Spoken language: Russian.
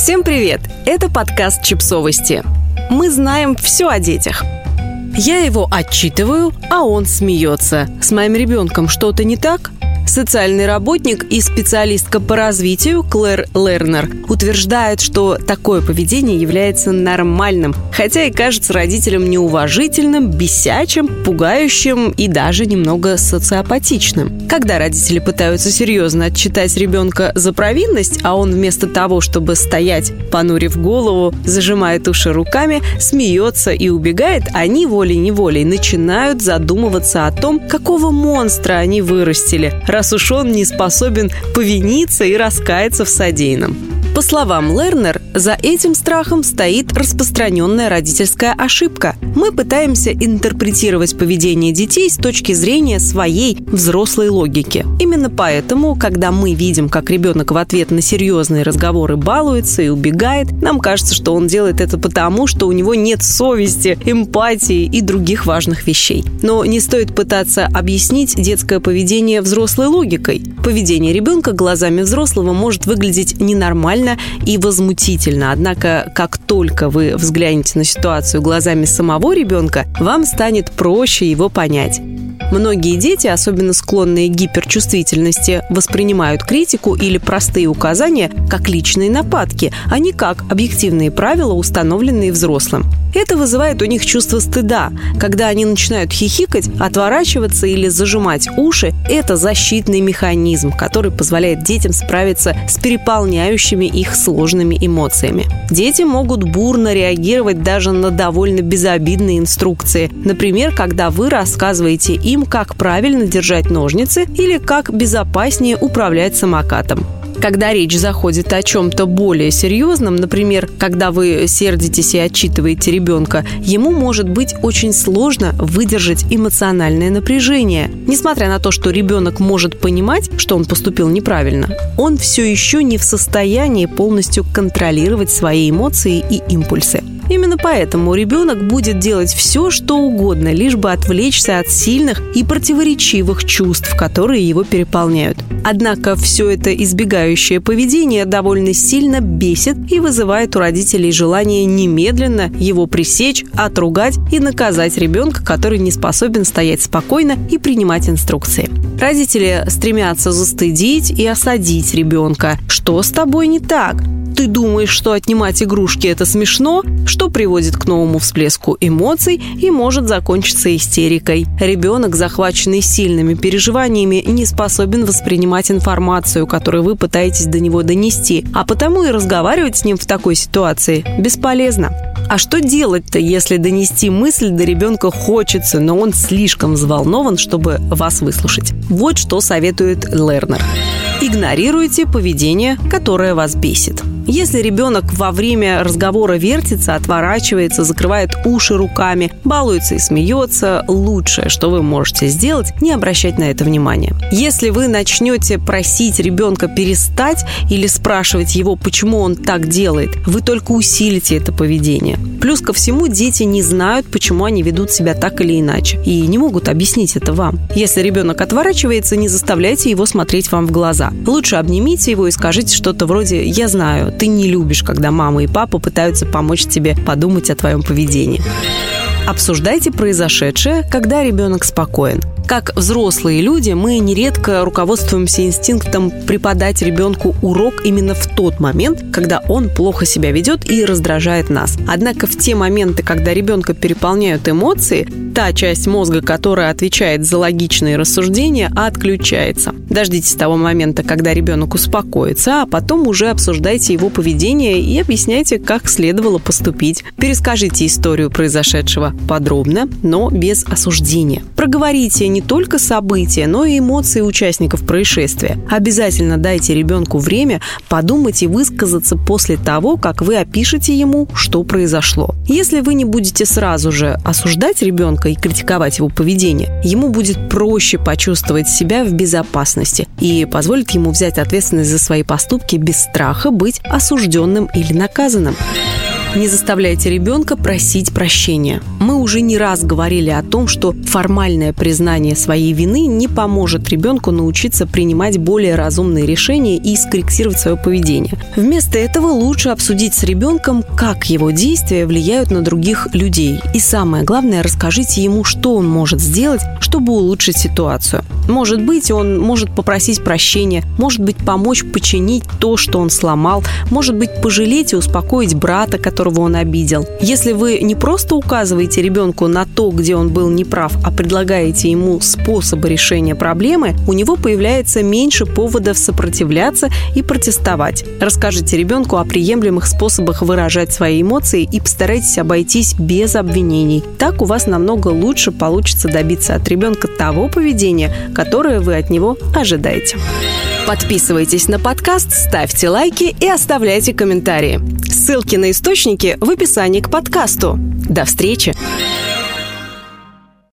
Всем привет! Это подкаст «Чипсовости». Мы знаем все о детях. Я его отчитываю, а он смеется. С моим ребенком что-то не так? Социальный работник и специалистка по развитию Клэр Лернер утверждает, что такое поведение является нормальным, хотя и кажется родителям неуважительным, бесячим, пугающим и даже немного социопатичным. Когда родители пытаются серьезно отчитать ребенка за провинность, а он вместо того, чтобы стоять, понурив голову, зажимает уши руками, смеется и убегает, они волей-неволей начинают задумываться о том, какого монстра они вырастили, раз уж он не способен повиниться и раскаяться в содеянном. По словам Лернер, за этим страхом стоит распространенная родительская ошибка. Мы пытаемся интерпретировать поведение детей с точки зрения своей взрослой логики. Именно поэтому, когда мы видим, как ребенок в ответ на серьезные разговоры балуется и убегает, нам кажется, что он делает это потому, что у него нет совести, эмпатии и других важных вещей. Но не стоит пытаться объяснить детское поведение взрослой логикой. Поведение ребенка глазами взрослого может выглядеть ненормально и возмутительно. Однако, как только вы взглянете на ситуацию глазами самого ребенка, вам станет проще его понять. Многие дети, особенно склонные к гиперчувствительности, воспринимают критику или простые указания как личные нападки, а не как объективные правила, установленные взрослым. Это вызывает у них чувство стыда. Когда они начинают хихикать, отворачиваться или зажимать уши, это защитный механизм, который позволяет детям справиться с переполняющими их сложными эмоциями. Дети могут бурно реагировать даже на довольно безобидные инструкции. Например, когда вы рассказываете им, как правильно держать ножницы или как безопаснее управлять самокатом. Когда речь заходит о чем-то более серьезном, например, когда вы сердитесь и отчитываете ребенка, ему может быть очень сложно выдержать эмоциональное напряжение. Несмотря на то, что ребенок может понимать, что он поступил неправильно, он все еще не в состоянии полностью контролировать свои эмоции и импульсы. Именно поэтому ребенок будет делать все, что угодно, лишь бы отвлечься от сильных и противоречивых чувств, которые его переполняют. Однако все это избегающее поведение довольно сильно бесит и вызывает у родителей желание немедленно его пресечь, отругать и наказать ребенка, который не способен стоять спокойно и принимать инструкции. Родители стремятся застыдить и осадить ребенка. Что с тобой не так? Ты думаешь, что отнимать игрушки – это смешно, что приводит к новому всплеску эмоций и может закончиться истерикой. Ребенок, захваченный сильными переживаниями, не способен воспринимать информацию, которую вы пытаетесь до него донести, а потому и разговаривать с ним в такой ситуации бесполезно. А что делать-то, если донести мысль до ребенка хочется, но он слишком взволнован, чтобы вас выслушать? Вот что советует Лернер. Игнорируйте поведение, которое вас бесит. Если ребенок во время разговора вертится, отворачивается, закрывает уши руками, балуется и смеется, лучшее, что вы можете сделать, не обращать на это внимания. Если вы начнете просить ребенка перестать или спрашивать его, почему он так делает, вы только усилите это поведение. Плюс ко всему, дети не знают, почему они ведут себя так или иначе, и не могут объяснить это вам. Если ребенок отворачивается, не заставляйте его смотреть вам в глаза. Лучше обнимите его и скажите что-то вроде «Я знаю, ты не любишь, когда мама и папа пытаются помочь тебе подумать о твоем поведении». Обсуждайте произошедшее, когда ребенок спокоен. Как взрослые люди, мы нередко руководствуемся инстинктом преподать ребенку урок именно в тот момент, когда он плохо себя ведет и раздражает нас. Однако в те моменты, когда ребенка переполняют эмоции, та часть мозга, которая отвечает за логичные рассуждения, отключается. Дождитесь того момента, когда ребенок успокоится, а потом уже обсуждайте его поведение и объясняйте, как следовало поступить. Перескажите историю произошедшего подробно, но без осуждения. Проговорите не только события, но и эмоции участников происшествия. Обязательно дайте ребенку время подумать и высказаться после того, как вы опишете ему, что произошло. Если вы не будете сразу же осуждать ребенка и критиковать его поведение, ему будет проще почувствовать себя в безопасности и позволит ему взять ответственность за свои поступки без страха быть осужденным или наказанным. Не заставляйте ребенка просить прощения. Мы уже не раз говорили о том, что формальное признание своей вины не поможет ребенку научиться принимать более разумные решения и скорректировать свое поведение. Вместо этого лучше обсудить с ребенком, как его действия влияют на других людей. И самое главное, расскажите ему, что он может сделать, чтобы улучшить ситуацию. Может быть, он может попросить прощения, может быть, помочь починить то, что он сломал, может быть, пожалеть и успокоить брата, которого он обидел. Если вы не просто указываете ребенку на то, где он был неправ, а предлагаете ему способы решения проблемы, у него появляется меньше поводов сопротивляться и протестовать. Расскажите ребенку о приемлемых способах выражать свои эмоции и постарайтесь обойтись без обвинений. Так у вас намного лучше получится добиться от ребенка того поведения, которое вы от него ожидаете. Подписывайтесь на подкаст, ставьте лайки и оставляйте комментарии. Ссылки на источники в описании к подкасту. До встречи!